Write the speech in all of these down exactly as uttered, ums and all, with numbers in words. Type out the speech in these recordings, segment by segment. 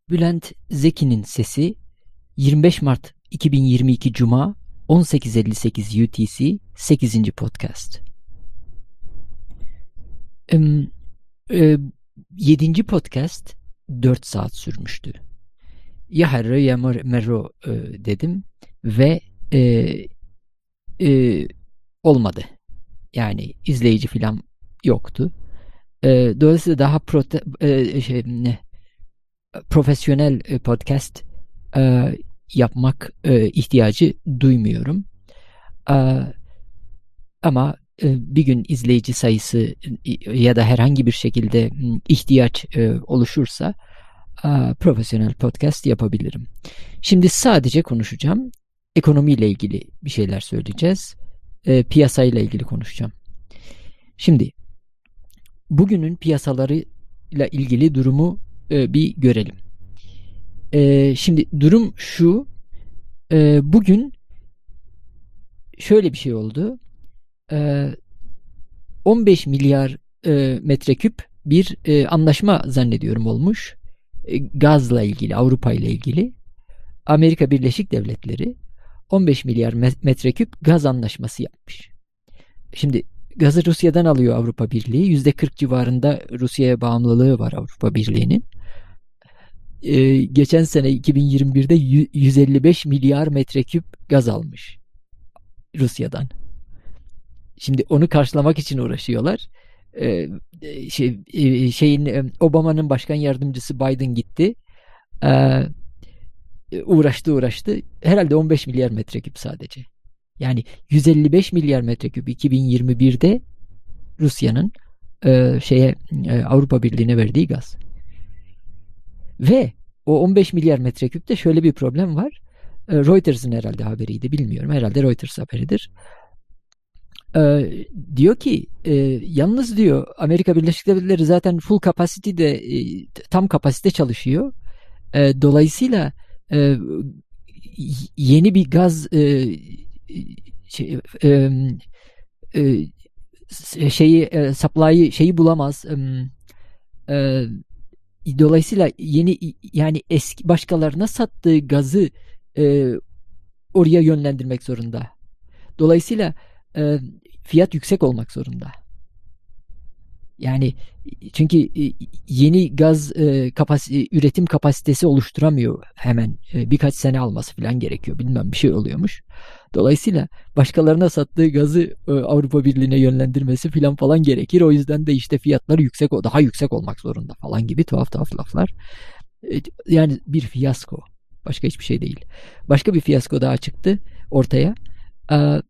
Bülent Zeki'nin Sesi, yirmi beş Mart iki bin yirmi iki Cuma, on sekiz elli sekiz U T C, sekizinci podcast. yedinci podcast dört saat sürmüştü. Ya Herro ya Merro e, dedim ve e, e, olmadı. Yani izleyici falan yoktu. E, dolayısıyla daha prote, e, şey, ne, profesyonel e, podcast e, yapmak e, ihtiyacı duymuyorum. E, ama e, bir gün izleyici sayısı e, ya da herhangi bir şekilde ihtiyaç e, oluşursa e, profesyonel podcast yapabilirim. Şimdi sadece konuşacağım. Ekonomiyle ilgili bir şeyler söyleyeceğiz. E, piyasayla ilgili konuşacağım. Şimdi bugünün piyasalarıyla ilgili durumu e, bir görelim. E, şimdi durum şu. E, bugün şöyle bir şey oldu. E, on beş milyar e, metreküp bir e, anlaşma zannediyorum olmuş. E, gazla ilgili, Avrupa ile ilgili. Amerika Birleşik Devletleri on beş milyar metreküp gaz anlaşması yapmış. Şimdi gazı Rusya'dan alıyor Avrupa Birliği. yüzde kırk civarında Rusya'ya bağımlılığı var Avrupa Birliği'nin. Ee, geçen sene iki bin yirmi birde yüz elli beş milyar metreküp gaz almış Rusya'dan. Şimdi onu karşılamak için uğraşıyorlar. Ee, şey, şeyin Obama'nın başkan yardımcısı Biden gitti. Ee, uğraştı uğraştı. Herhalde on beş milyar metreküp sadece. Yani yüz elli beş milyar metreküp iki bin yirmi birde Rusya'nın e, şeye e, Avrupa Birliği'ne verdiği gaz. Ve o on beş milyar metreküpte şöyle bir problem var. E, Reuters'ın herhalde haberiydi, bilmiyorum. Herhalde Reuters haberidir. E, diyor ki e, yalnız diyor Amerika Birleşik Devletleri zaten full capacity e, tam kapasite çalışıyor. E, dolayısıyla e, yeni bir gaz e, şey, e, e, şeyi e, supply'ı şeyi bulamaz. E, e, dolayısıyla yeni yani eski başkalarına sattığı gazı e, oraya yönlendirmek zorunda. Dolayısıyla e, fiyat yüksek olmak zorunda. Yani çünkü yeni gaz e, kapasite, üretim kapasitesi oluşturamıyor hemen. E, birkaç sene alması falan gerekiyor. Bilmem bir şey oluyormuş. Dolayısıyla başkalarına sattığı gazı e, Avrupa Birliği'ne yönlendirmesi falan falan gerekir. O yüzden de işte fiyatları yüksek, daha yüksek olmak zorunda falan gibi tuhaf tuhaf laflar. E, yani bir fiyasko. Başka hiçbir şey değil. Başka bir fiyasko daha çıktı ortaya. E,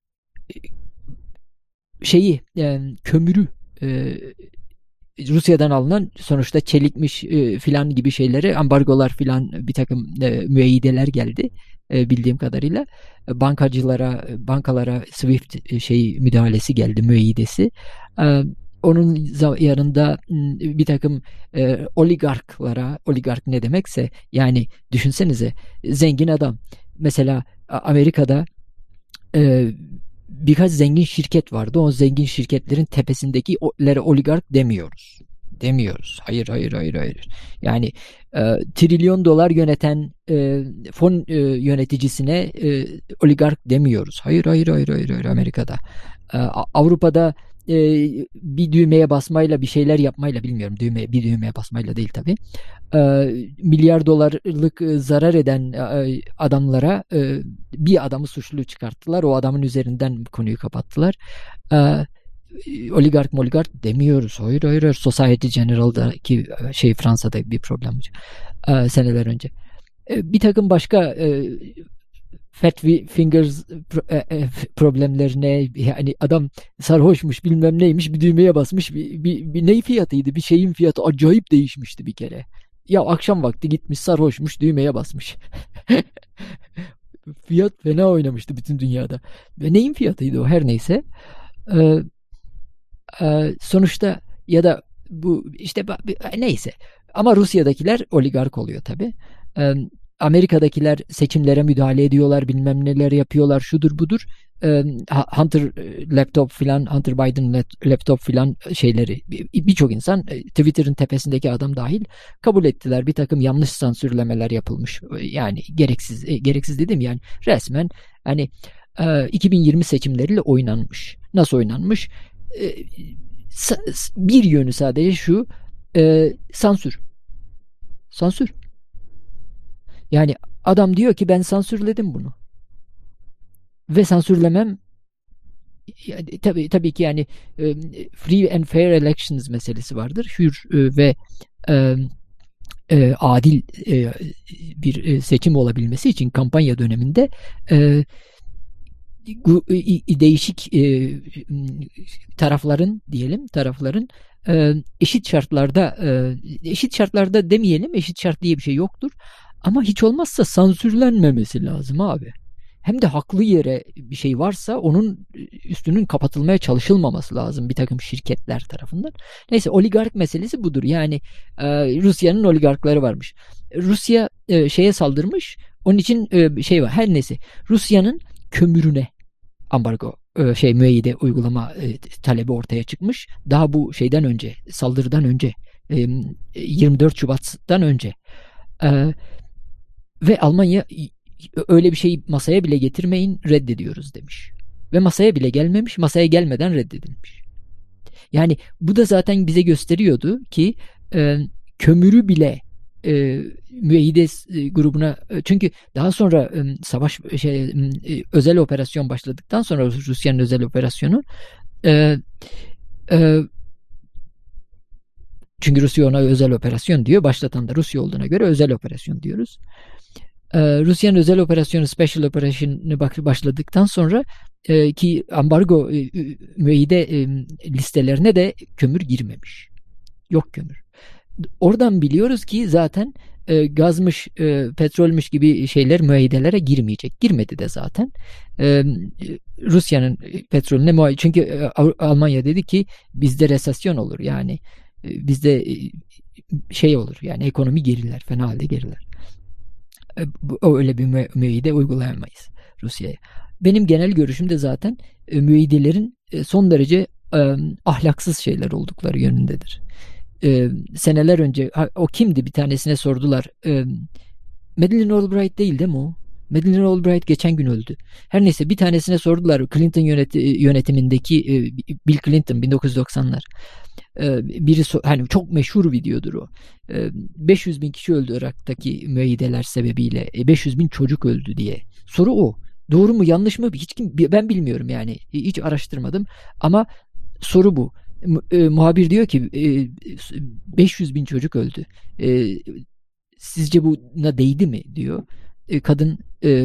şeyi e, kömürü e, Rusya'dan alınan sonuçta çelikmiş e, filan gibi şeyleri ambargolar filan bir takım e, müeyyideler geldi e, bildiğim kadarıyla e, bankacılara bankalara Swift e, şey müdahalesi geldi müeyyidesi. E, onun yanında bir takım e, oligarklara, oligark ne demekse yani düşünsenize zengin adam mesela Amerika'da e, birkaç zengin şirket vardı. O zengin şirketlerin tepesindekilere oligark demiyoruz. Demiyoruz. Hayır, hayır, hayır, hayır. Yani e, trilyon dolar yöneten e, fon e, yöneticisine e, oligark demiyoruz. Hayır, hayır, hayır, hayır, hayır Amerika'da. E, Avrupa'da e, bir düğmeye basmayla bir şeyler yapmayla bilmiyorum. Düğme, bir düğmeye basmayla değil tabii. E, milyar dolarlık zarar eden e, adamlara e, bir adamı suçlu çıkarttılar. O adamın üzerinden konuyu kapattılar. E, oligark moligark demiyoruz. Hayır hayır hayır. Society General'daki şey Fransa'da bir problem e, seneler önce. E, bir takım başka e, fat fingers problemlerine yani adam sarhoşmuş bilmem neymiş bir düğmeye basmış bir, bir, bir ney fiyatıydı bir şeyin fiyatı acayip değişmişti bir kere. Ya akşam vakti gitmiş sarhoşmuş düğmeye basmış. Fiyat fena oynamıştı bütün dünyada. Ve neyin fiyatıydı o her neyse. Ee, e, sonuçta ya da bu işte neyse. Ama Rusya'dakiler oligark oluyor tabii. Ee, Amerika'dakiler seçimlere müdahale ediyorlar, bilmem neler yapıyorlar, şudur budur. Ee, Hunter laptop filan, Hunter Biden laptop filan şeyleri birçok insan, Twitter'ın tepesindeki adam dahil, kabul ettiler. Bir takım yanlış sansürlemeler yapılmış. Yani gereksiz, gereksiz dedim yani resmen hani iki bin yirmi seçimleriyle oynanmış. Nasıl oynanmış? Bir yönü sadece şu: sansür. Sansür. Yani adam diyor ki ben sansürledim bunu. Ve sansürlemem yani, tabii tabii ki yani free and fair elections meselesi vardır. Hür ve e, e, adil e, bir seçim olabilmesi için kampanya döneminde e, değişik e, tarafların diyelim tarafların e, eşit şartlarda e, eşit şartlarda demeyelim, eşit şart diye bir şey yoktur. Ama hiç olmazsa sansürlenmemesi lazım abi. Hem de haklı yere bir şey varsa onun üstünün kapatılmaya çalışılmaması lazım bir takım şirketler tarafından. Neyse, oligark meselesi budur. Yani e, Rusya'nın oligarkları varmış. Rusya e, şeye saldırmış. Onun için e, şey var. Her neyse. Rusya'nın kömürüne ambargo e, şey müeyyide uygulama e, talebi ortaya çıkmış. Daha bu şeyden önce, saldırıdan önce, e, yirmi dört Şubat'tan önce. E, ve Almanya öyle bir şeyi masaya bile getirmeyin, reddediyoruz demiş. Ve masaya bile gelmemiş, masaya gelmeden reddedilmiş. Yani bu da zaten bize gösteriyordu ki e, kömürü bile e, müeyyide e, grubuna, e, çünkü daha sonra e, savaş şey e, özel operasyon başladıktan sonra Rusya'nın özel operasyonu e, e, çünkü Rusya ona özel operasyon diyor. Başlatan da Rusya olduğuna göre özel operasyon diyoruz. Ee, Rusya'nın özel operasyonu, Special Operation'ı başladıktan sonra e, ki ambargo e, müeyyide e, listelerine de kömür girmemiş. Yok kömür. Oradan biliyoruz ki zaten e, gazmış, e, petrolmüş gibi şeyler müeyyidelere girmeyecek. Girmedi de zaten. E, Rusya'nın petrolüne muay çünkü e, Almanya dedi ki bizde resesyon olur. Yani e, bizde e, şey olur. Yani ekonomi geriler. Fena halde geriler. Öyle bir mü müeyyide uygulayamayız Rusya'ya. Benim genel görüşüm de zaten e, müeyyidelerin e, son derece e, ahlaksız şeyler oldukları yönündedir. E, seneler önce o kimdi, bir tanesine sordular. E, Madeleine Albright değil değil mi o? Madeleine Albright geçen gün öldü. Her neyse, bir tanesine sordular, Clinton yöneti, yönetimindeki e, Bill Clinton, bin dokuz yüz doksanlar. Biri hani çok meşhur videodur o. beş yüz bin kişi öldü Irak'taki müeyyideler sebebiyle. beş yüz bin çocuk öldü diye. Soru o. Doğru mu yanlış mı hiç kim, ben bilmiyorum yani. Hiç araştırmadım ama soru bu. Muhabir diyor ki beş yüz bin çocuk öldü. Sizce buna değdi mi diyor. Kadın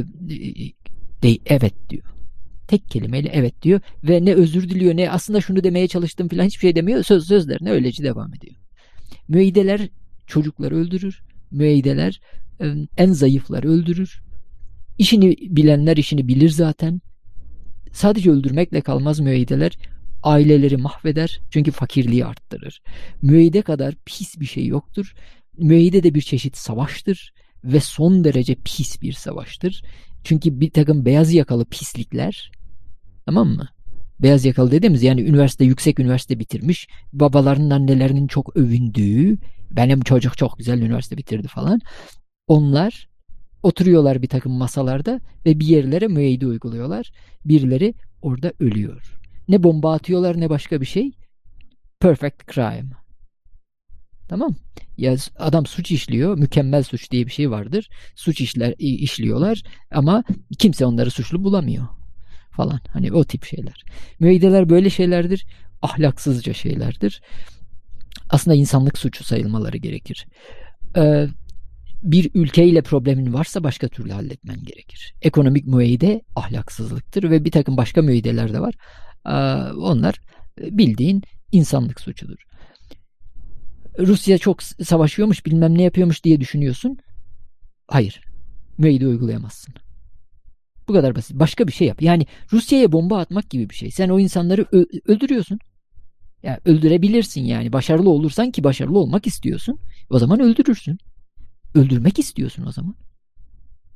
evet diyor. Tek kelimeyle evet diyor ve ne özür diliyor ne aslında şunu demeye çalıştım falan, hiçbir şey demiyor. Söz sözlerine öylece devam ediyor. Müeyyideler çocukları öldürür. Müeyyideler en zayıfları öldürür. İşini bilenler işini bilir zaten. Sadece öldürmekle kalmaz müeyyideler. Aileleri mahveder. Çünkü fakirliği arttırır. Müeyyide kadar pis bir şey yoktur. Müeyyide de bir çeşit savaştır ve son derece pis bir savaştır. Çünkü bir takım beyaz yakalı pislikler, tamam mı? Beyaz yakalı dediğimiz yani üniversite, yüksek üniversite bitirmiş, babalarının annelerinin çok övündüğü, benim çocuk çok güzel üniversite bitirdi falan. Onlar oturuyorlar bir takım masalarda ve bir yerlere müeyyide uyguluyorlar. Birileri orada ölüyor. Ne bomba atıyorlar ne başka bir şey. Perfect crime. Tamam. Ya adam suç işliyor. Mükemmel suç diye bir şey vardır. Suç işler işliyorlar ama kimse onları suçlu bulamıyor falan. Hani o tip şeyler. Müeyyideler böyle şeylerdir. Ahlaksızca şeylerdir. Aslında insanlık suçu sayılmaları gerekir. Ee, bir ülkeyle problemin varsa başka türlü halletmen gerekir. Ekonomik müeyyide ahlaksızlıktır ve bir takım başka müeyyideler de var. Ee, onlar bildiğin insanlık suçudur. Rusya çok savaşıyormuş, bilmem ne yapıyormuş diye düşünüyorsun. Hayır. Müeyyide uygulayamazsın. Bu kadar basit. Başka bir şey yap. Yani Rusya'ya bomba atmak gibi bir şey. Sen o insanları öldürüyorsun. Yani öldürebilirsin yani. Başarılı olursan, ki başarılı olmak istiyorsun. O zaman öldürürsün. Öldürmek istiyorsun o zaman.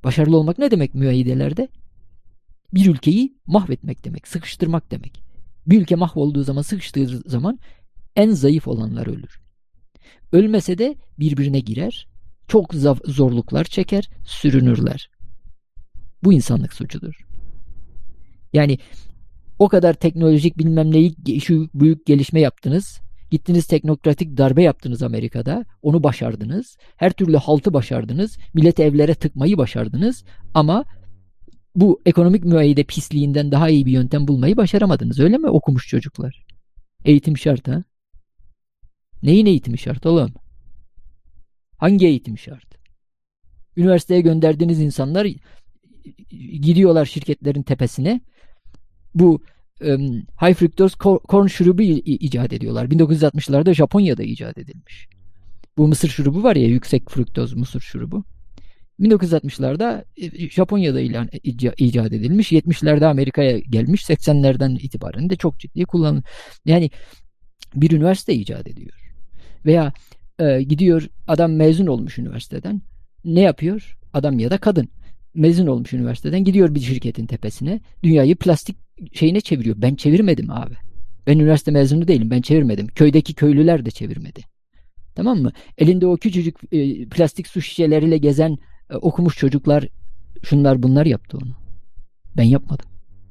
Başarılı olmak ne demek müeyyidelerde? Bir ülkeyi mahvetmek demek, sıkıştırmak demek. Bir ülke mahvolduğu zaman, sıkıştığı zaman en zayıf olanlar ölür. Ölmese de birbirine girer, çok zorluklar çeker, sürünürler. Bu insanlık suçudur. Yani o kadar teknolojik bilmem neyi, şu büyük gelişme yaptınız. Gittiniz teknokratik darbe yaptınız Amerika'da. Onu başardınız. Her türlü haltı başardınız. Milleti evlere tıkmayı başardınız. Ama bu ekonomik müeyyide pisliğinden daha iyi bir yöntem bulmayı başaramadınız. Öyle mi okumuş çocuklar? Eğitim şart ha? Neyin eğitimi şart oğlum? Hangi eğitim şart? Üniversiteye gönderdiğiniz insanlar gidiyorlar şirketlerin tepesine. Bu um, high fructose corn şurubu icat ediyorlar. bin dokuz yüz altmışlarda Japonya'da icat edilmiş. Bu mısır şurubu var ya, yüksek fruktoz mısır şurubu. bin dokuz yüz altmışlarda Japonya'da ilan, icat edilmiş. yetmişlerde Amerika'ya gelmiş. seksenlerden itibaren de çok ciddi kullanılıyor. Yani bir üniversite icat ediyor. Veya e, gidiyor adam mezun olmuş üniversiteden. Ne yapıyor? Adam ya da kadın mezun olmuş üniversiteden, gidiyor bir şirketin tepesine. Dünyayı plastik şeyine çeviriyor. Ben çevirmedim abi. Ben üniversite mezunu değilim. Ben çevirmedim. Köydeki köylüler de çevirmedi. Tamam mı? Elinde o küçücük e, plastik su şişeleriyle gezen e, okumuş çocuklar, şunlar bunlar yaptı onu. Ben yapmadım.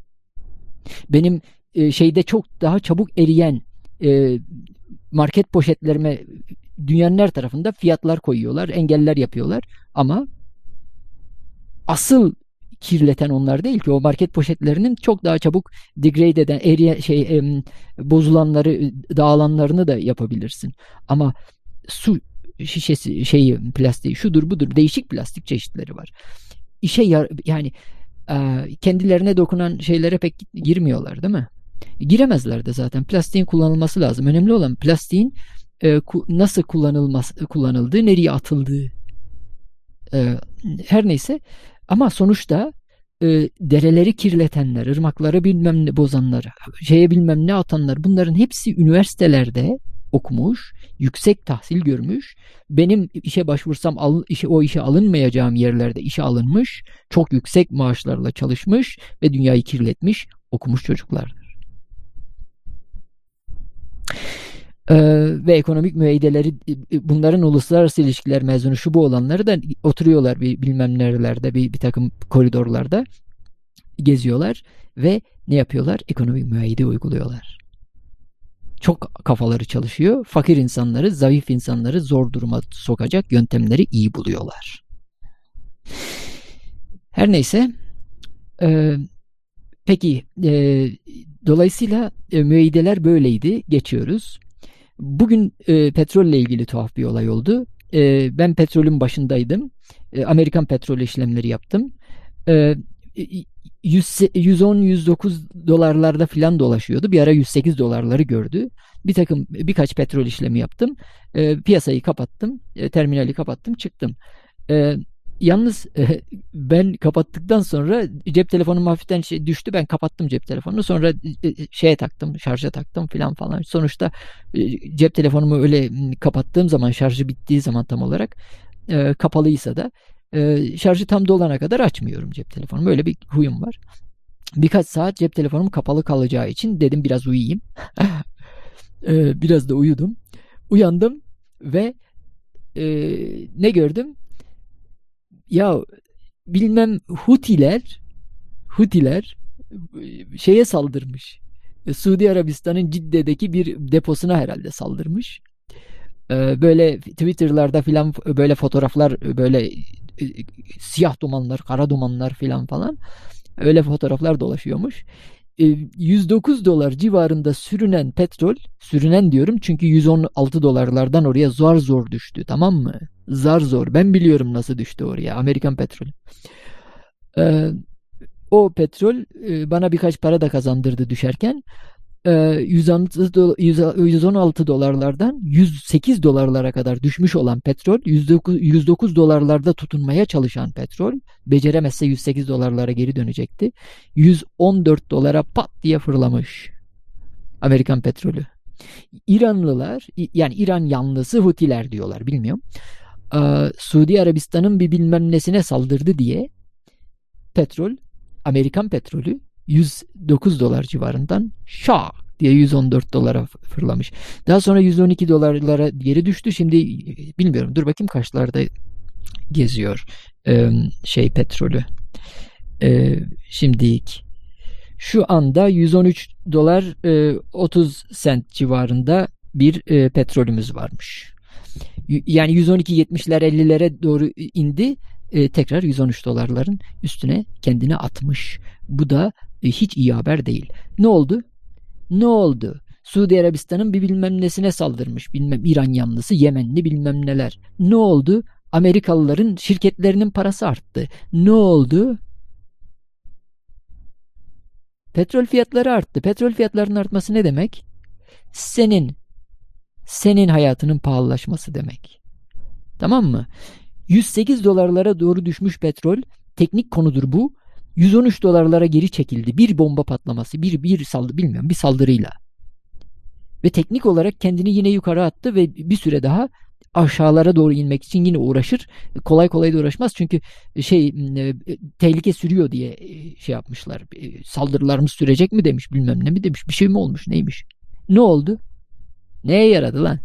Benim e, şeyde çok daha çabuk eriyen e, market poşetlerime dünyanın her tarafında fiyatlar koyuyorlar, engeller yapıyorlar ama asıl kirleten onlar değil ki. O market poşetlerinin çok daha çabuk degrade eden, eriye, şey e, bozulanları, dağılanlarını da yapabilirsin. Ama su şişesi, şeyi, plastiği, şudur budur, değişik plastik çeşitleri var. İşe yar, yani e, kendilerine dokunan şeylere pek girmiyorlar, değil mi? Giremezler de zaten. Plastiğin kullanılması lazım. Önemli olan plastiğin e, ku, nasıl kullanılması, kullanıldığı, nereye atıldığı. E, her neyse. Ama sonuçta e, dereleri kirletenler, ırmakları bilmem ne bozanlar, şeye bilmem ne atanlar, bunların hepsi üniversitelerde okumuş, yüksek tahsil görmüş. Benim işe başvursam al, işe, o işe alınmayacağım yerlerde işe alınmış, çok yüksek maaşlarla çalışmış ve dünyayı kirletmiş okumuş çocuklardır. Ee, ve ekonomik müeyyideleri, bunların uluslararası ilişkiler mezunu şu bu olanları da oturuyorlar bir bilmem nerelerde, bir, bir takım koridorlarda geziyorlar ve ne yapıyorlar? Ekonomik müeyyide uyguluyorlar. Çok kafaları çalışıyor. Fakir insanları, zayıf insanları zor duruma sokacak yöntemleri iyi buluyorlar. Her neyse, e, peki e, dolayısıyla e, müeyyideler böyleydi. Geçiyoruz. Bugün e, petrolle ilgili tuhaf bir olay oldu. E, ben petrolün başındaydım. E, Amerikan petrol işlemleri yaptım. E, yüz on yüz dokuz dolarlarda filan dolaşıyordu. Bir ara yüz sekiz dolarları gördü. Bir takım birkaç petrol işlemi yaptım. E, piyasayı kapattım. E, terminali kapattım, çıktım. E, Yalnız e, ben kapattıktan sonra cep telefonum hafiften şey düştü. Ben kapattım cep telefonunu. Sonra e, şeye taktım, şarja taktım filan falan. Sonuçta e, cep telefonumu öyle kapattığım zaman, şarjı bittiği zaman tam olarak e, kapalıysa da e, şarjı tam dolana kadar açmıyorum cep telefonumu. Böyle bir huyum var. Birkaç saat cep telefonum kapalı kalacağı için dedim biraz uyuyayım. e, biraz da uyudum. Uyandım ve e, ne gördüm? Ya bilmem Hutiler Hutiler şeye saldırmış. Suudi Arabistan'ın Cidde'deki bir deposuna herhalde saldırmış. Böyle Twitter'larda filan böyle fotoğraflar, böyle siyah dumanlar, kara dumanlar filan falan, öyle fotoğraflar dolaşıyormuş. yüz dokuz dolar civarında sürünen petrol, sürünen diyorum çünkü yüz on altı dolarlardan oraya zor zor düştü, tamam mı? Zar zor. Ben biliyorum nasıl düştü oraya. Amerikan petrolü. Ee, o petrol e, bana birkaç para da kazandırdı düşerken. Ee, yüz on altı dolarlardan yüz sekiz dolarlara kadar düşmüş olan petrol, yüz dokuz dolarlarda tutunmaya çalışan petrol, beceremezse yüz sekiz dolarlara geri dönecekti. yüz on dört dolara pat diye fırlamış Amerikan petrolü. İranlılar, yani İran yanlısı Hutiler diyorlar, bilmiyorum. Ee, Suudi Arabistan'ın bir bilmem nesine saldırdı diye petrol, Amerikan petrolü yüz dokuz dolar civarından şak diye yüz on dört dolara fırlamış. Daha sonra yüz on iki dolarlara geri düştü. Şimdi bilmiyorum. Dur bakayım kaçlarda geziyor ee, şey petrolü. Ee, şimdilik şu anda yüz on üç dolar e, otuz sent civarında bir e, petrolümüz varmış. Yani yüz on iki yetmişler ellilere doğru indi. E, tekrar yüz on üç dolarların üstüne kendini atmış. Bu da e, hiç iyi haber değil. Ne oldu? Ne oldu? Suudi Arabistan'ın bir bilmem nesine saldırmış. Bilmem İran yanlısı, Yemenli bilmem neler. Ne oldu? Amerikalıların şirketlerinin parası arttı. Ne oldu? Petrol fiyatları arttı. Petrol fiyatlarının artması ne demek? Senin senin hayatının pahalılaşması demek. Tamam mı? yüz sekiz dolarlara doğru düşmüş petrol, teknik konudur bu. yüz on üç dolarlara geri çekildi. Bir bomba patlaması, bir bir saldırı bilmiyorum, bir saldırıyla. Ve teknik olarak kendini yine yukarı attı ve bir süre daha aşağılara doğru inmek için yine uğraşır. Kolay kolay da uğraşmaz çünkü şey tehlike sürüyor diye şey yapmışlar. Saldırılarımız sürecek mi demiş, bilmem ne mi demiş. Bir şey mi olmuş, neymiş? Ne oldu? Neye yaradı lan?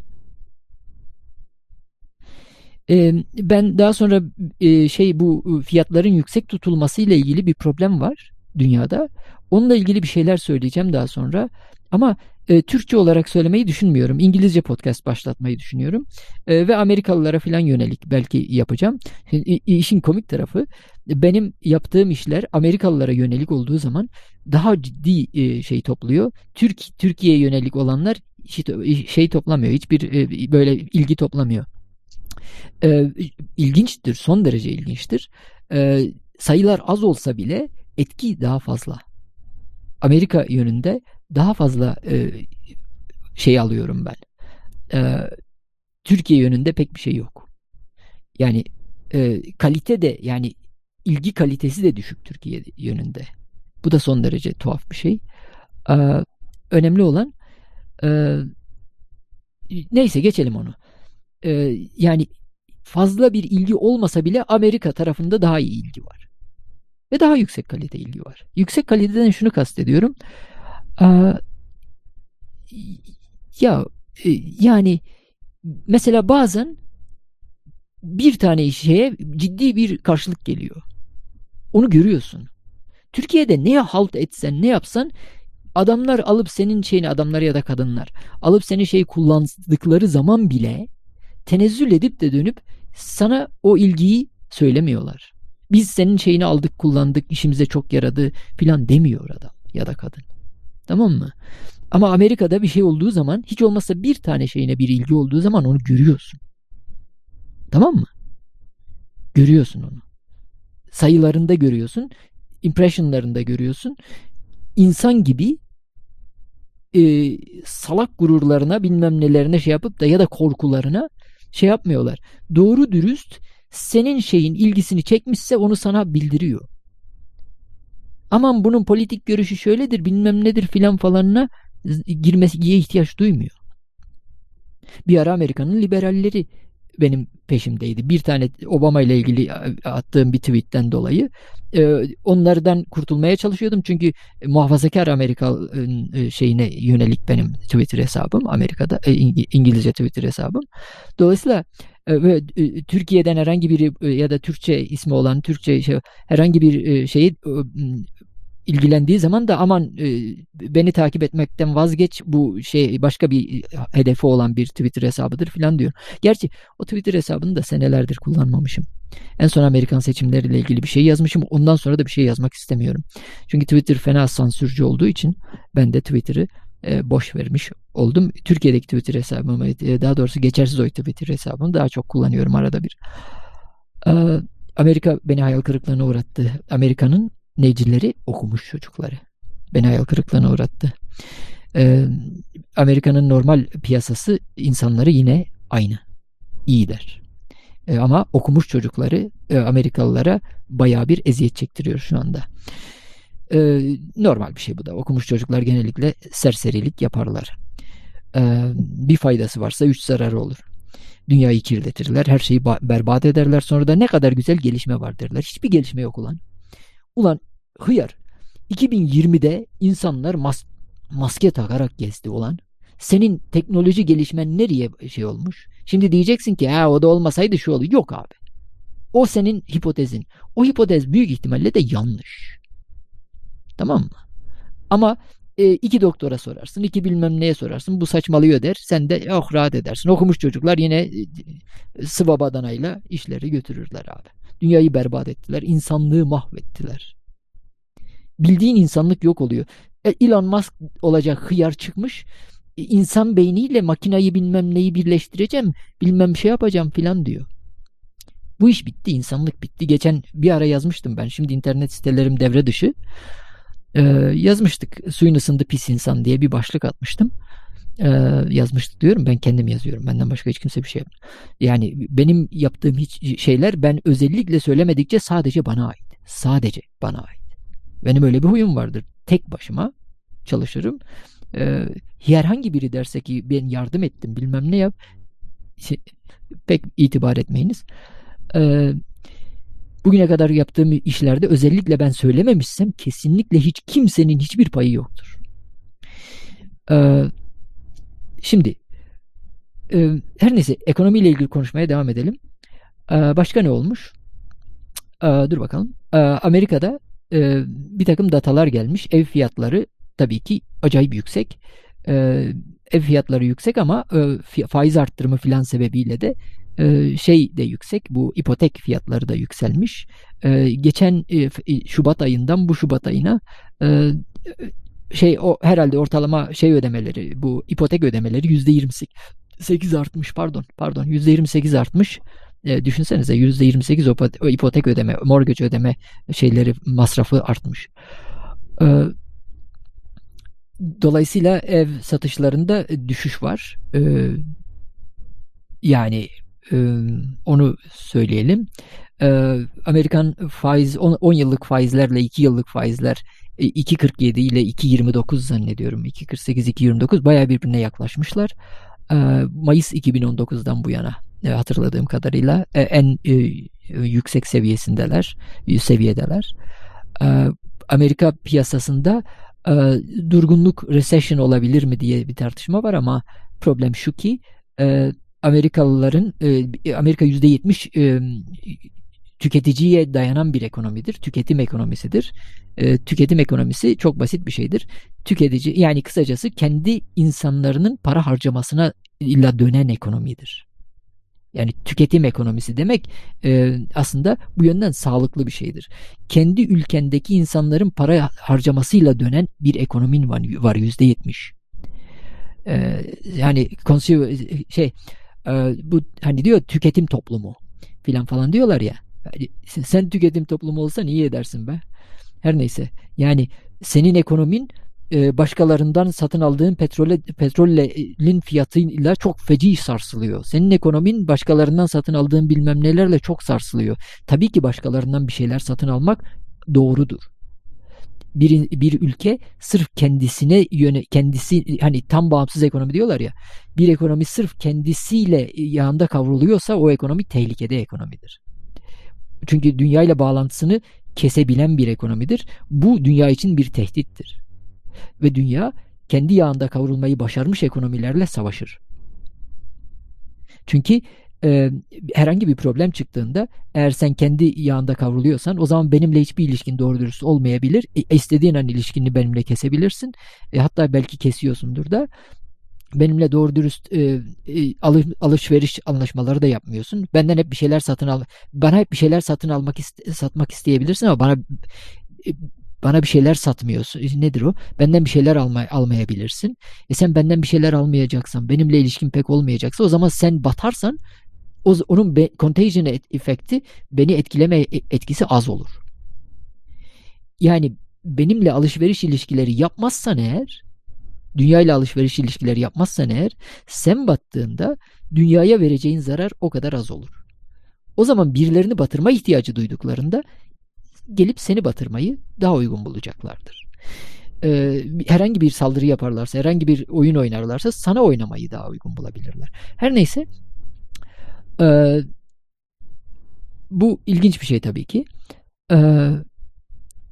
Ben daha sonra şey bu fiyatların yüksek tutulması ile ilgili bir problem var dünyada. Onunla ilgili bir şeyler söyleyeceğim daha sonra. Ama e, Türkçe olarak söylemeyi düşünmüyorum. İngilizce podcast başlatmayı düşünüyorum. E, ve Amerikalılara falan yönelik belki yapacağım. Şimdi, işin komik tarafı benim yaptığım işler Amerikalılara yönelik olduğu zaman daha ciddi e, şey topluyor. Türk Türkiye'ye yönelik olanlar şey, şey toplamıyor. Hiçbir e, böyle ilgi toplamıyor. E, ilginçtir. Son derece ilginçtir. E, sayılar az olsa bile etki daha fazla. Amerika yönünde daha fazla e, şey alıyorum ben. E, Türkiye yönünde pek bir şey yok. Yani e, kalite de yani ilgi kalitesi de düşük Türkiye yönünde. Bu da son derece tuhaf bir şey. E, önemli olan e, neyse geçelim onu. E, yani fazla bir ilgi olmasa bile Amerika tarafında daha iyi ilgi var. Ve daha yüksek kalite ilgi var. Yüksek kaliteden şunu kastediyorum. Ee, ya e, yani mesela bazen bir tane şeye ciddi bir karşılık geliyor. Onu görüyorsun. Türkiye'de neye halt etsen ne yapsan adamlar alıp senin şeyini adamlar ya da kadınlar alıp senin şeyi kullandıkları zaman bile tenezzül edip de dönüp sana o ilgiyi söylemiyorlar. Biz senin şeyini aldık kullandık işimize çok yaradı filan demiyor adam ya da kadın. Tamam mı? Ama Amerika'da bir şey olduğu zaman hiç olmazsa bir tane şeyine bir ilgi olduğu zaman onu görüyorsun. Tamam mı? Görüyorsun onu. Sayılarında görüyorsun. Impressionlarında görüyorsun. İnsan gibi e, salak gururlarına bilmem nelerine şey yapıp da ya da korkularına şey yapmıyorlar. Doğru dürüst senin şeyin ilgisini çekmişse onu sana bildiriyor. Aman bunun politik görüşü şöyledir bilmem nedir filan falanına girmesiye ihtiyaç duymuyor. Bir ara Amerika'nın liberalleri benim peşimdeydi. Bir tane Obama ile ilgili attığım bir tweetten dolayı e, onlardan kurtulmaya çalışıyordum. Çünkü muhafazakar Amerika e, şeyine yönelik benim Twitter hesabım Amerika'da e, İngilizce Twitter hesabım. Dolayısıyla e, ve e, Türkiye'den herhangi biri e, ya da Türkçe ismi olan Türkçe şey, herhangi bir e, şeyi e, ilgilendiği zaman da aman e, beni takip etmekten vazgeç bu şey başka bir hedefi olan bir Twitter hesabıdır filan diyor. Gerçi o Twitter hesabını da senelerdir kullanmamışım. En son Amerikan seçimleriyle ilgili bir şey yazmışım. Ondan sonra da bir şey yazmak istemiyorum. Çünkü Twitter fena sansürcü olduğu için ben de Twitter'ı e, boş vermiş oldum. Türkiye'deki Twitter hesabımı e, daha doğrusu geçersiz oy Twitter hesabımı daha çok kullanıyorum arada bir. E, Amerika beni hayal kırıklığına uğrattı. Amerika'nın necileri okumuş çocukları. Beni hayal kırıklığına uğrattı. Ee, Amerika'nın normal piyasası insanları yine aynı. İyi der. Ee, ama okumuş çocukları e, Amerikalılara bayağı bir eziyet çektiriyor şu anda. Ee, normal bir şey bu da. Okumuş çocuklar genellikle serserilik yaparlar. Ee, bir faydası varsa üç zararı olur. Dünyayı kirletirler. Her şeyi berbat ederler. Sonra da ne kadar güzel gelişme var derler. Hiçbir gelişme yok ulan. Ulan hıyar, iki bin yirmide insanlar mas maske takarak gezdi ulan. Senin teknoloji gelişmen nereye şey olmuş? Şimdi diyeceksin ki ha o da olmasaydı şu olur. Yok abi. O senin hipotezin. O hipotez büyük ihtimalle de yanlış. Tamam mı? Ama e, iki doktora sorarsın, iki bilmem neye sorarsın. Bu saçmalıyor der. Sen de oh rahat edersin. Okumuş çocuklar yine e, sıva badanayla işleri götürürler abi. Dünyayı berbat ettiler. İnsanlığı mahvettiler. Bildiğin insanlık yok oluyor. E, Elon Musk olacak hıyar çıkmış. E, insan beyniyle makinayı bilmem neyi birleştireceğim. Bilmem şey yapacağım filan diyor. Bu iş bitti. İnsanlık bitti. Geçen bir ara yazmıştım ben. Şimdi internet sitelerim devre dışı. Ee, yazmıştık. Suyun ısındı pis insan diye bir başlık atmıştım. Ee, yazmıştık diyorum. Ben kendim yazıyorum. Benden başka hiç kimse bir şey yapmıyor. Yani benim yaptığım hiç şeyler ben özellikle söylemedikçe sadece bana ait. Sadece bana ait. Benim öyle bir huyum vardır. Tek başıma çalışırım. Ee, herhangi biri derse ki ben yardım ettim bilmem ne yap, pek itibar etmeyiniz. Ee, bugüne kadar yaptığım işlerde özellikle ben söylememişsem kesinlikle hiç kimsenin hiçbir payı yoktur. Ee, şimdi e, her neyse ekonomiyle ilgili konuşmaya devam edelim. Ee, başka ne olmuş? Ee, dur bakalım. Ee, Amerika'da e, bir takım datalar gelmiş. Ev fiyatları tabii ki acayip yüksek. Ee, ev fiyatları yüksek ama e, faiz arttırımı filan sebebiyle de e, şey de yüksek. Bu ipotek fiyatları da yükselmiş. E, geçen e, Şubat ayından bu Şubat ayına e, şey o herhalde ortalama şey ödemeleri bu ipotek ödemeleri yüzde yirmi sekiz artmış pardon pardon yüzde yirmi sekiz artmış. E, düşünsenize yüzde yirmi sekiz o ipotek ödeme, mortgage ödeme şeyleri masrafı artmış. E, dolayısıyla ev satışlarında düşüş var. E, yani e, onu söyleyelim. E, Amerikan faiz on yıllık faizlerle iki yıllık faizler iki kırk yedi ile iki yirmi dokuz zannediyorum. iki kırk sekiz iki yirmi dokuz bayağı birbirine yaklaşmışlar. E, Mayıs iki bin on dokuzdan bu yana hatırladığım kadarıyla en yüksek seviyesindeler, seviyedeler. Amerika piyasasında durgunluk, recession olabilir mi diye bir tartışma var ama problem şu ki Amerikalıların Amerika yüzde yetmiş tüketiciye dayanan bir ekonomidir. Tüketim ekonomisidir. Tüketim ekonomisi çok basit bir şeydir. Tüketici yani kısacası kendi insanlarının para harcamasına illa dönen ekonomidir. Yani tüketim ekonomisi demek e, aslında bu yönden sağlıklı bir şeydir. Kendi ülkendeki insanların para harcamasıyla dönen bir ekonomin var, var yüzde yetmiş. E, yani consumer, şey e, bu hani diyor tüketim toplumu filan falan diyorlar ya. Yani sen tüketim toplumu olsan iyi edersin be. Her neyse yani senin ekonomin başkalarından satın aldığın petrole, petrolün fiyatıyla çok feci sarsılıyor. Senin ekonomin başkalarından satın aldığın bilmem nelerle çok sarsılıyor. Tabii ki başkalarından bir şeyler satın almak doğrudur. Bir, bir ülke sırf kendisine yöne kendisi hani tam bağımsız ekonomi diyorlar ya. Bir ekonomi sırf kendisiyle yağında kavruluyorsa o ekonomi tehlikede ekonomidir. Çünkü dünya ile bağlantısını kesebilen bir ekonomidir. Bu dünya için bir tehdittir. Ve dünya kendi yağında kavrulmayı başarmış ekonomilerle savaşır. Çünkü e, herhangi bir problem çıktığında eğer sen kendi yağında kavruluyorsan o zaman benimle hiçbir ilişkin doğru dürüst olmayabilir. E, istediğin an ilişkini benimle kesebilirsin. E, hatta belki kesiyorsundur da benimle doğru dürüst e, e, alış, alışveriş anlaşmaları da yapmıyorsun. Benden hep bir şeyler satın al. Bana hep bir şeyler satın almak iste, satmak isteyebilirsin ama bana e, bana bir şeyler satmıyorsun. Nedir o? Benden bir şeyler alma, almayabilirsin. E sen benden bir şeyler almayacaksan, benimle ilişkin pek olmayacaksa o zaman sen batarsan o, onun be, contagion efekti beni etkileme etkisi az olur. Yani benimle alışveriş ilişkileri yapmazsan eğer dünyayla alışveriş ilişkileri yapmazsan eğer sen battığında dünyaya vereceğin zarar o kadar az olur. O zaman birilerini batırma ihtiyacı duyduklarında gelip seni batırmayı daha uygun bulacaklardır. Ee, herhangi bir saldırı yaparlarsa, herhangi bir oyun oynarlarsa sana oynamayı daha uygun bulabilirler. Her neyse e, bu ilginç bir şey tabii ki. E,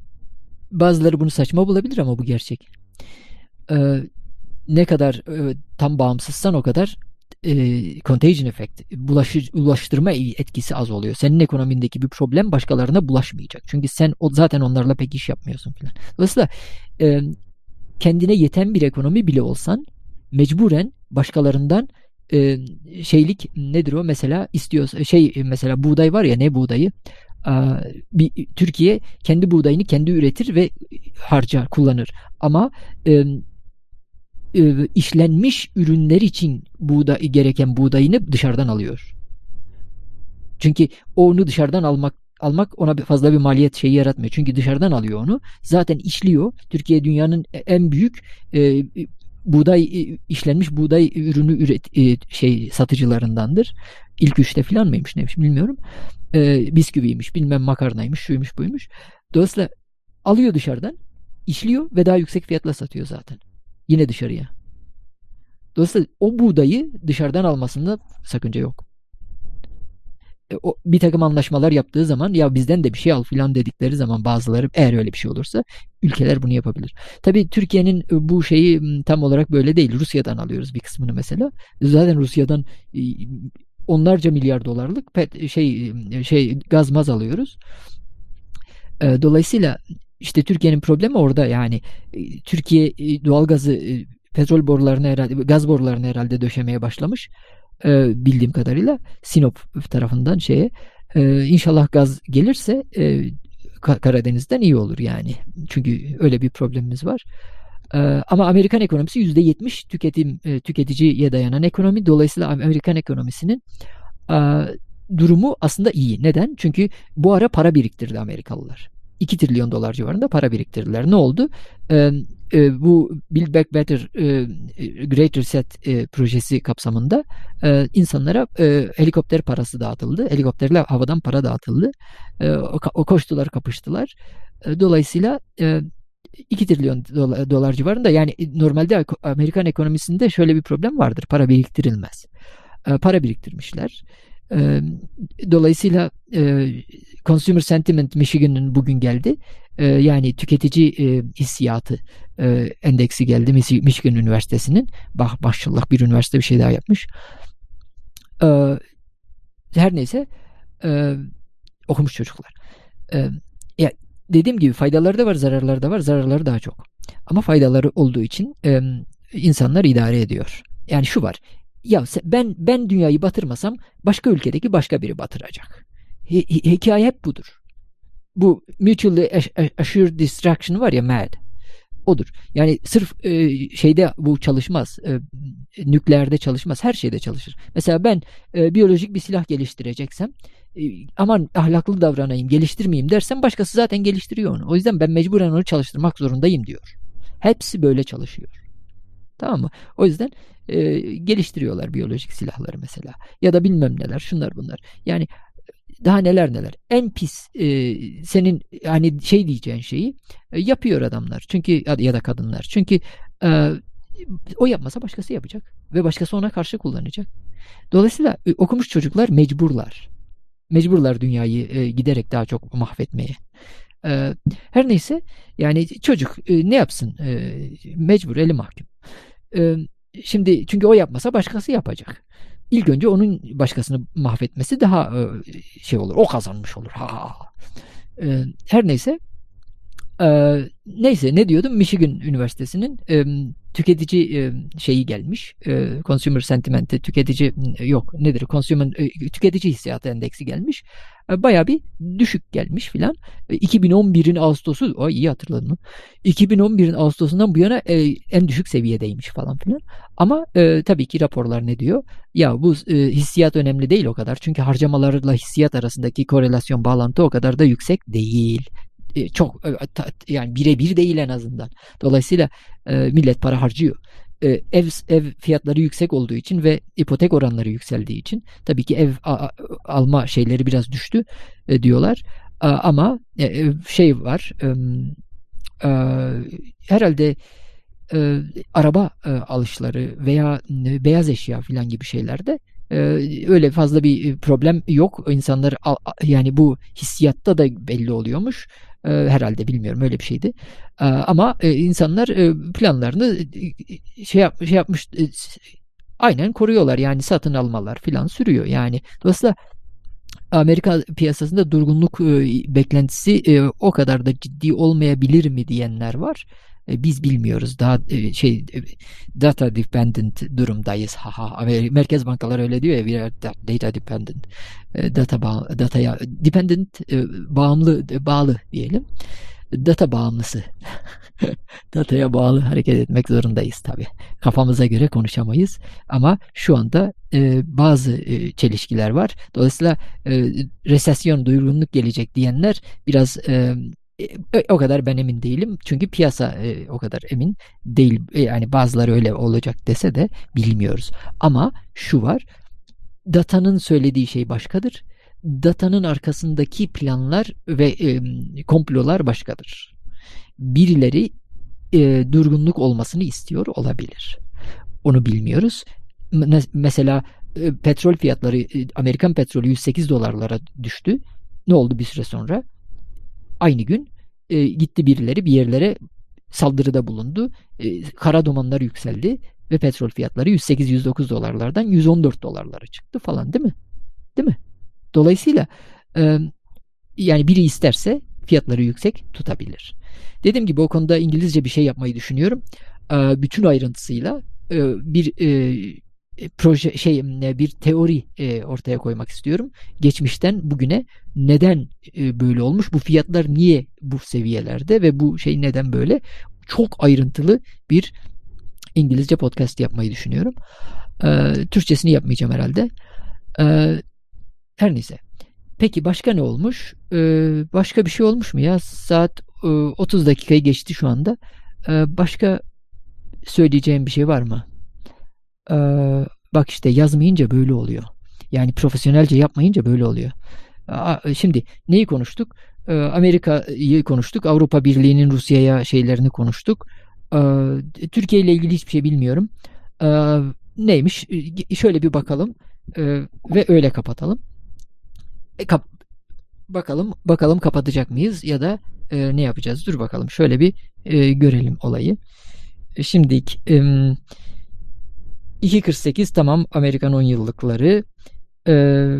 bazıları bunu saçma bulabilir ama bu gerçek. E, ne kadar e, tam bağımsızsan o kadar e, contagion effect, bulaşır, ulaştırma etkisi az oluyor. Senin ekonomindeki bir problem başkalarına bulaşmayacak. Çünkü sen o, zaten onlarla pek iş yapmıyorsun falan. Dolayısıyla e, kendine yeten bir ekonomi bile olsan mecburen başkalarından e, şeylik nedir o mesela istiyorsa şey mesela buğday var ya ne buğdayı Aa, bir, Türkiye kendi buğdayını kendi üretir ve harcar kullanır ama e, e, işlenmiş ürünler için buğday gereken buğdayını dışarıdan alıyor. Çünkü onu dışarıdan almak almak ona fazla bir maliyet şeyi yaratmıyor. Çünkü dışarıdan alıyor onu. Zaten işliyor. Türkiye dünyanın en büyük e, buğday işlenmiş buğday ürünü üret e, şey satıcılarındandır. İlk üçte falan mıymış neymiş bilmiyorum. E, bisküviymiş, bilmem makarnaymış, şuymuş buymuş. Dolayısıyla alıyor dışarıdan, işliyor ve daha yüksek fiyatla satıyor zaten. Yine dışarıya. Dolayısıyla o buğdayı dışarıdan almasında sakınca yok. E, o, bir takım anlaşmalar yaptığı zaman ya bizden de bir şey al filan dedikleri zaman bazıları eğer öyle bir şey olursa ülkeler bunu yapabilir. Tabii Türkiye'nin bu şeyi tam olarak böyle değil. Rusya'dan alıyoruz bir kısmını mesela. Zaten Rusya'dan onlarca milyar dolarlık pet, şey şey gaz maz alıyoruz. E, dolayısıyla işte Türkiye'nin problemi orada yani e, Türkiye e, doğalgazı e, petrol borularını herhalde gaz borularını herhalde döşemeye başlamış. E, bildiğim kadarıyla Sinop tarafından şeye e, inşallah gaz gelirse e, Karadeniz'den iyi olur yani. Çünkü öyle bir problemimiz var. E, ama Amerikan ekonomisi yüzde yetmiş tüketim e, tüketiciye dayanan ekonomi. Dolayısıyla Amerikan ekonomisinin e, durumu aslında iyi. Neden? Çünkü bu ara para biriktirdi Amerikalılar. iki trilyon dolar civarında para biriktirdiler. Ne oldu? E, e, bu Build Back Better e, Great Reset e, projesi kapsamında e, insanlara e, helikopter parası dağıtıldı. Helikopterle havadan para dağıtıldı. E, o, o koştular, kapıştılar. E, dolayısıyla e, iki trilyon dolar, dolar civarında yani normalde Amerikan ekonomisinde şöyle bir problem vardır. Para biriktirilmez. E, para biriktirmişler. E, dolayısıyla e, Consumer Sentiment Michigan'ın bugün geldi. E, yani tüketici e, hissiyatı e, endeksi geldi Michigan Üniversitesi'nin. Bak maşallah bir üniversite bir şey daha yapmış. E, her neyse e, okumuş çocuklar. E, ya dediğim gibi faydaları da var, zararları da var. Zararları daha çok. Ama faydaları olduğu için e, insanlar idare ediyor. Yani şu var. Ya ben ben dünyayı batırmasam başka ülkedeki başka biri batıracak. Hi, hi, hikaye hep budur. Bu mutually assured destruction var ya M A D. Odur. Yani sırf e, şeyde bu çalışmaz. E, nükleerde çalışmaz. Her şeyde çalışır. Mesela ben e, biyolojik bir silah geliştireceksem e, aman ahlaklı davranayım, geliştirmeyeyim dersem başkası zaten geliştiriyor onu. O yüzden ben mecburen onu çalıştırmak zorundayım diyor. Hepsi böyle çalışıyor. Tamam mı? O yüzden e, geliştiriyorlar biyolojik silahları mesela. Ya da bilmem neler, şunlar bunlar. Yani daha neler neler. En pis e, senin hani şey diyeceğin şeyi e, yapıyor adamlar. Çünkü ya da kadınlar. Çünkü e, o yapmasa başkası yapacak ve başkası ona karşı kullanacak. Dolayısıyla e, okumuş çocuklar mecburlar. Mecburlar dünyayı e, giderek daha çok mahvetmeye. E, her neyse yani çocuk e, ne yapsın? E, mecbur, eli mahkum. E, şimdi çünkü o yapmasa başkası yapacak. İlk önce onun başkasını mahvetmesi daha e, şey olur. O kazanmış olur. Ha, ha. E, her neyse e, neyse ne diyordum? Michigan Üniversitesi'nin e, tüketici e, şeyi gelmiş. E, consumer sentiment'i tüketici e, yok nedir? Consumer e, tüketici hissiyatı endeksi gelmiş. E, bayağı bir düşük gelmiş filan. E, iki bin on birin Ağustos'u o iyi hatırladın mı? iki bin on birin Ağustos'undan bu yana e, en düşük seviyedeymiş falan filan. Ama e, tabii ki raporlar ne diyor? Ya bu e, hissiyat önemli değil o kadar. Çünkü harcamalarla hissiyat arasındaki korelasyon bağlantı o kadar da yüksek değil. E, çok e, ta, yani birebir değil en azından. Dolayısıyla e, millet para harcıyor. E, ev ev fiyatları yüksek olduğu için ve ipotek oranları yükseldiği için tabii ki ev a, a, alma şeyleri biraz düştü e, diyorlar. A, ama e, şey var. E, e, herhalde e, araba e, alışları veya e, beyaz eşya filan gibi şeylerde e, öyle fazla bir problem yok. İnsanlar yani bu hissiyatta da belli oluyormuş. E, herhalde bilmiyorum öyle bir şeydi. E, ama e, insanlar e, planlarını e, şey, yap, şey yapmış e, aynen koruyorlar. Yani satın almalar filan sürüyor. Yani dolayısıyla Amerika piyasasında durgunluk e, beklentisi e, o kadar da ciddi olmayabilir mi diyenler var. E, biz bilmiyoruz. Daha e, şey e, data dependent durumdayız. Ha ha. Merkez bankalar öyle diyor ya, we are data dependent. E, data bağ, dataya dependent e, bağımlı e, bağlı diyelim. Data bağımlısı. Dataya bağlı hareket etmek zorundayız tabii. Kafamıza göre konuşamayız ama şu anda e, bazı e, çelişkiler var. Dolayısıyla e, resesyon, durgunluk gelecek diyenler biraz e, e, o kadar ben emin değilim. Çünkü piyasa e, o kadar emin değil. E, yani bazıları öyle olacak dese de bilmiyoruz. Ama şu var. Datanın söylediği şey başkadır. Datanın arkasındaki planlar ve e, komplolar başkadır. Birileri e, durgunluk olmasını istiyor olabilir. Onu bilmiyoruz. Mesela e, petrol fiyatları, e, Amerikan petrolü yüz sekiz dolarlara düştü. Ne oldu bir süre sonra? Aynı gün e, gitti birileri bir yerlere saldırıda bulundu. E, kara dumanlar yükseldi ve petrol fiyatları yüz sekiz yüz dokuz dolarlardan yüz on dört dolarlara çıktı falan, değil mi? Değil mi? Dolayısıyla e, yani biri isterse fiyatları yüksek tutabilir. Dediğim gibi o konuda İngilizce bir şey yapmayı düşünüyorum. E, bütün ayrıntısıyla e, bir e, proje şey bir teori e, ortaya koymak istiyorum. Geçmişten bugüne neden e, böyle olmuş? Bu fiyatlar niye bu seviyelerde ve bu şey neden böyle? Çok ayrıntılı bir İngilizce podcast yapmayı düşünüyorum. E, Türkçesini yapmayacağım herhalde. E, her neyse. Peki başka ne olmuş? Ee, başka bir şey olmuş mu ya? Saat e, otuz dakikayı geçti şu anda. Ee, başka söyleyeceğim bir şey var mı? Ee, bak işte yazmayınca böyle oluyor. Yani profesyonelce yapmayınca böyle oluyor. Aa, şimdi neyi konuştuk? Ee, Amerika'yı konuştuk. Avrupa Birliği'nin Rusya'ya şeylerini konuştuk. Ee, Türkiye ile ilgili hiçbir şey bilmiyorum. Ee, neymiş? Ee, Şöyle bir bakalım ee, ve öyle kapatalım. E, kap Bakalım bakalım kapatacak mıyız ya da e, ne yapacağız? Dur bakalım şöyle bir e, görelim olayı. E, Şimdilik e, iki kırk sekiz tamam, Amerikan on yıllıkları. E,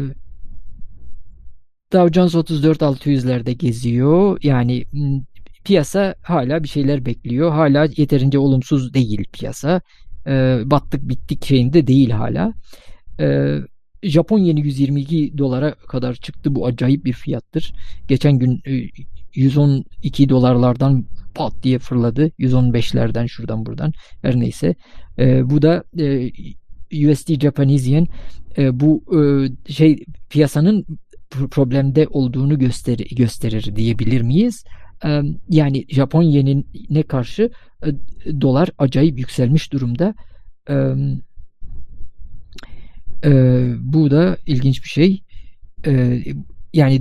Dow Jones otuz dört altı yüzlerde geziyor. Yani m, piyasa hala bir şeyler bekliyor. Hala yeterince olumsuz değil piyasa. E, battık bittik şeyinde değil hala. E, Japon yeni yüz yirmi iki dolara kadar çıktı. Bu acayip bir fiyattır. Geçen gün e, yüz on iki dolarlardan pat diye fırladı. yüz on beşlerden şuradan buradan. Her neyse. E, bu da e, U S D Japanese Yen e, bu e, şey piyasanın problemde olduğunu gösterir, gösterir diyebilir miyiz? E, yani Japon yenine karşı e, dolar acayip yükselmiş durumda. E, e, bu da ilginç bir şey. E, yani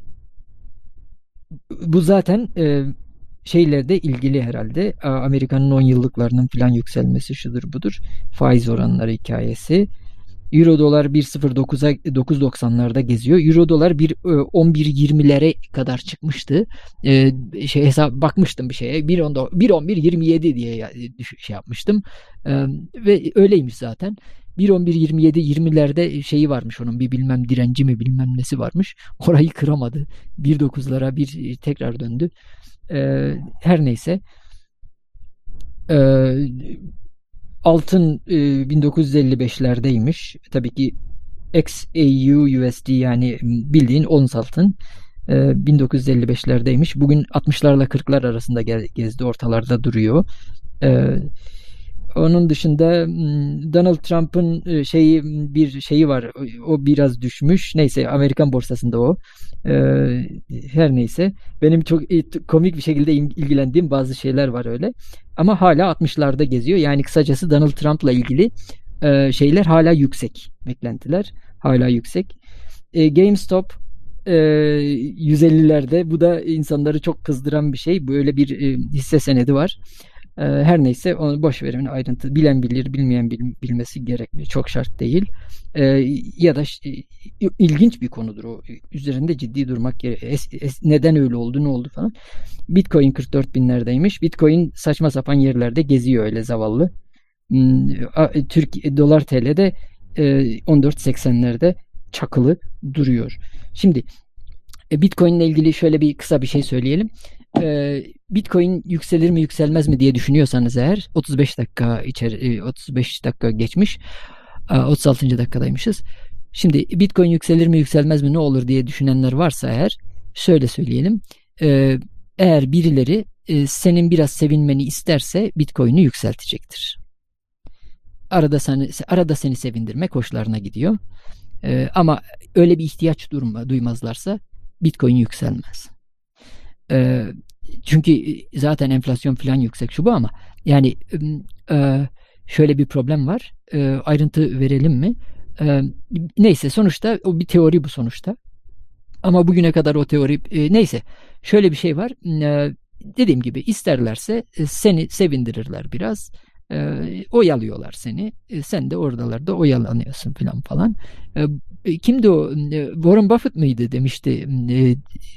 bu zaten e, şeylerle ilgili herhalde. Amerika'nın on yıllıklarının filan yükselmesi şudur budur. Faiz oranları hikayesi. Euro dolar bir nokta sıfır dokuza dokuz doksanlarda geziyor. Euro dolar bir on bir yirmilere kadar çıkmıştı. Ee, şey hesap bakmıştım bir şeye. bir on bir yirmi yedi diye şey yapmıştım. Ee, ve öyleymiş zaten. bir on bir yirmi yedi yirmilerde şeyi varmış onun, bir bilmem direnci mi bilmem nesi varmış. Orayı kıramadı. bir dokuzlara bir tekrar döndü. Ee, her neyse. Ee, altın e, bin dokuz yüz elli beşlerdeymiş. Tabii ki X A U U S D yani bildiğin ons altın e, bin dokuz yüz elli beşlerdeymiş. Bugün altmışlarla kırklar arasında gezdi, ortalarda duruyor. E, onun dışında Donald Trump'ın şeyi bir şeyi var. O biraz düşmüş. Neyse Amerikan borsasında o. E, her neyse. Benim çok komik bir şekilde ilgilendiğim bazı şeyler var öyle. Ama hala altmışlarda geziyor. Yani kısacası Donald Trump'la ilgili e, şeyler hala yüksek. Beklentiler hala yüksek. E, GameStop e, yüz ellilerde. Bu da insanları çok kızdıran bir şey. Böyle bir e, hisse senedi var. E, her neyse onu boş verin, ayrıntı bilen bilir, bilmeyen bil, bilmesi gerekmiyor. Çok şart değil. E, ya da e, ilginç bir konudur o. Üzerinde ciddi durmak gerekiyor. Neden öyle oldu, ne oldu falan. Bitcoin kırk dört binlerdeymiş. Bitcoin saçma sapan yerlerde geziyor öyle zavallı. Türk dolar T L'de on dört seksenlerde çakılı duruyor. Şimdi Bitcoin ile ilgili şöyle bir kısa bir şey söyleyelim. Bitcoin yükselir mi yükselmez mi diye düşünüyorsanız eğer, otuz beş dakika içeri otuz beş dakika geçmiş. otuz altıncı dakikadaymışız. Şimdi Bitcoin yükselir mi yükselmez mi, ne olur diye düşünenler varsa eğer, şöyle söyleyelim. Eğer birileri senin biraz sevinmeni isterse Bitcoin'i yükseltecektir. Arada seni, arada seni sevindirmek hoşlarına gidiyor. Ee, ama öyle bir ihtiyaç durma, duymazlarsa Bitcoin yükselmez. Ee, çünkü zaten enflasyon falan yüksek şu bu, ama yani e, şöyle bir problem var. E, ayrıntı verelim mi? E, neyse, sonuçta o bir teori bu sonuçta. Ama bugüne kadar o teori e, neyse, şöyle bir şey var. E, dediğim gibi isterlerse e, seni sevindirirler biraz. E, oyalıyorlar seni. E, sen de oradalarda oyalanıyorsun falan falan. E, kimdi o? E, Warren Buffett mıydı demişti. E,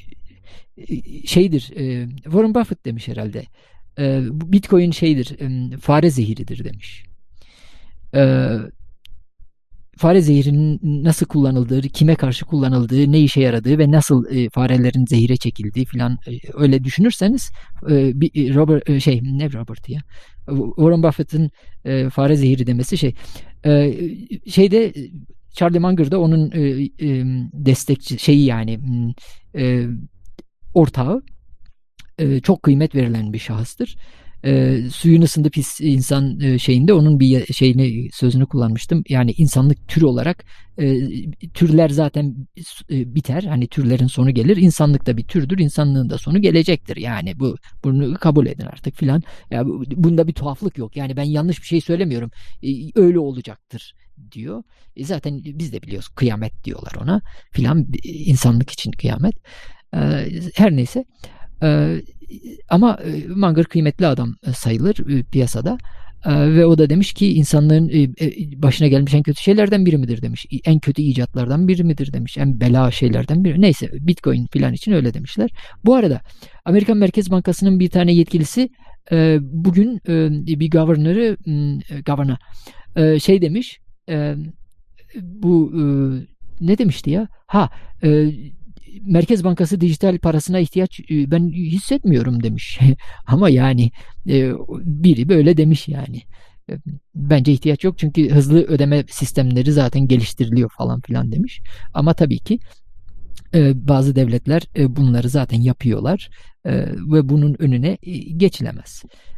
şeydir. E, Warren Buffett demiş herhalde. E, Bitcoin şeydir. E, fare zehiridir demiş. Eee fare zehirinin nasıl kullanıldığı, kime karşı kullanıldığı, ne işe yaradığı ve nasıl e, farelerin zehire çekildiği filan, e, öyle düşünürseniz e, bir Robert e, şey ne Robert ya Warren Buffett'ın e, fare zehiri demesi şey e, şeyde Charlie Munger'da onun e, e, destekçi şeyi, yani e, ortağı, e, çok kıymet verilen bir şahıstır. E, suyun ısındı pis insan e, şeyinde onun bir şeyini, sözünü kullanmıştım. Yani insanlık tür olarak e, türler zaten e, biter. Hani türlerin sonu gelir. İnsanlık da bir türdür. İnsanlığın da sonu gelecektir. Yani bu bunu kabul edin artık filan. Ya bunda bir tuhaflık yok. Yani ben yanlış bir şey söylemiyorum. E, öyle olacaktır diyor. E, zaten biz de biliyoruz, kıyamet diyorlar ona filan. İnsanlık için kıyamet. E, her neyse. Ee, ama Munger kıymetli adam sayılır e, piyasada. Ee, ve o da demiş ki insanlığın e, başına gelmiş en kötü şeylerden biri midir demiş. En kötü icatlardan biri midir demiş. En bela şeylerden biri. Neyse, Bitcoin filan için öyle demişler. Bu arada Amerikan Merkez Bankası'nın bir tane yetkilisi e, bugün e, bir governor'ı e, governor e, şey demiş, e, bu e, ne demişti ya? Ha e, Merkez Bankası dijital parasına ihtiyaç ben hissetmiyorum demiş. Ama yani biri böyle demiş yani. Bence ihtiyaç yok çünkü hızlı ödeme sistemleri zaten geliştiriliyor falan filan demiş. Ama tabii ki bazı devletler bunları zaten yapıyorlar ve bunun önüne geçilemez.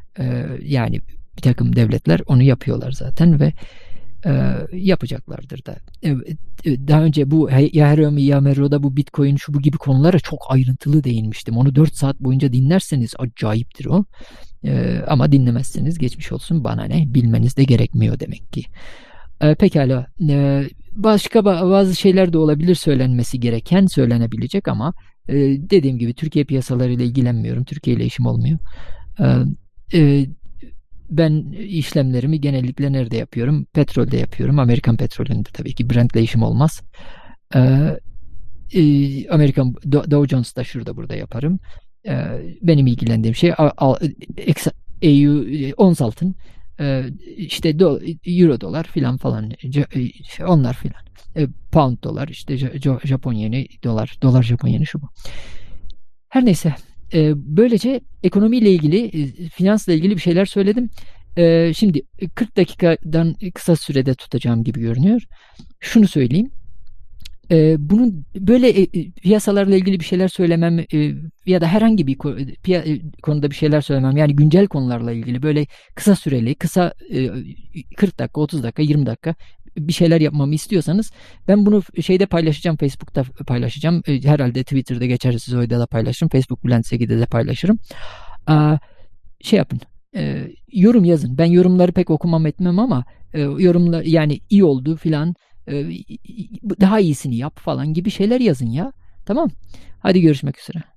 Yani bir takım devletler onu yapıyorlar zaten ve yapacaklardır da. Daha önce bu Yahreum Yamero'da bu Bitcoin şu bu gibi konulara çok ayrıntılı değinmiştim. Onu dört saat boyunca dinlerseniz acayiptir o. Ama dinlemezseniz geçmiş olsun, bana ne, bilmeniz de gerekmiyor demek ki. Pekala. Başka bazı şeyler de olabilir söylenmesi gereken, söylenebilecek ama dediğim gibi Türkiye piyasalarıyla ilgilenmiyorum. Türkiye ile işim olmuyor. Ben işlemlerimi genellikle nerede yapıyorum? Petrolde yapıyorum. Amerikan petrolünde tabii ki. Brent'le işim olmaz. Ee, e, Amerikan Dow Jones'da şurada burada yaparım. Ee, benim ilgilendiğim şey E U ons altın, e, işte do, euro dolar filan falan, onlar filan. E, pound dolar, işte Japon yeni dolar, dolar Japon yeni şu bu. Her neyse. E, böylece ekonomiyle ilgili, e, finansla ilgili bir şeyler söyledim. E, şimdi kırk dakikadan kısa sürede tutacağım gibi görünüyor. Şunu söyleyeyim. E, bunun böyle e, piyasalarla ilgili bir şeyler söylemem e, ya da herhangi bir piya, konuda bir şeyler söylemem, yani güncel konularla ilgili böyle kısa süreli, kısa e, kırk dakika, otuz dakika, yirmi dakika bir şeyler yapmamı istiyorsanız ben bunu şeyde paylaşacağım, Facebook'ta paylaşacağım. E, herhalde Twitter'da geçersiz oyda da paylaşırım. Facebook Bülent Segi'de de paylaşırım. Aa, şey yapın. E, yorum yazın. Ben yorumları pek okumam etmem ama e, yorumlar, yani iyi oldu filan, daha iyisini yap falan gibi şeyler yazın ya. Tamam. Hadi görüşmek üzere.